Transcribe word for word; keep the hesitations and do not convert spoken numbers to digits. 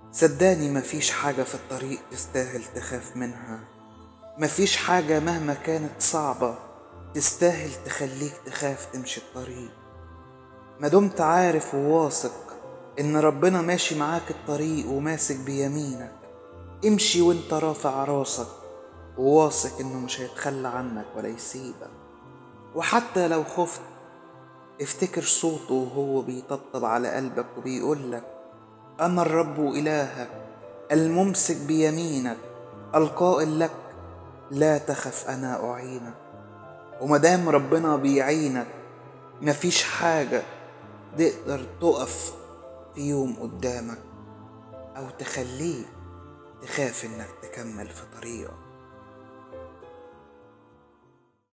صدقني مفيش حاجة في الطريق تستاهل تخاف منها. مفيش حاجة مهما كانت صعبة تستاهل تخليك تخاف تمشي الطريق. ما دمت عارف وواثق ان ربنا ماشي معاك الطريق وماسك بيمينك، امشي وانت رافع راسك وواثق انه مش هيتخلى عنك ولا يسيبك. وحتى لو خفت افتكر صوته وهو بيطبطب على قلبك وبيقولك: أنا الرب إلهك الممسك بيمينك القائل لك لا تخف أنا أعينك. ومدام ربنا بيعينك مفيش حاجة تقدر تقف في يوم قدامك أو تخليك تخاف إنك تكمل في طريقك.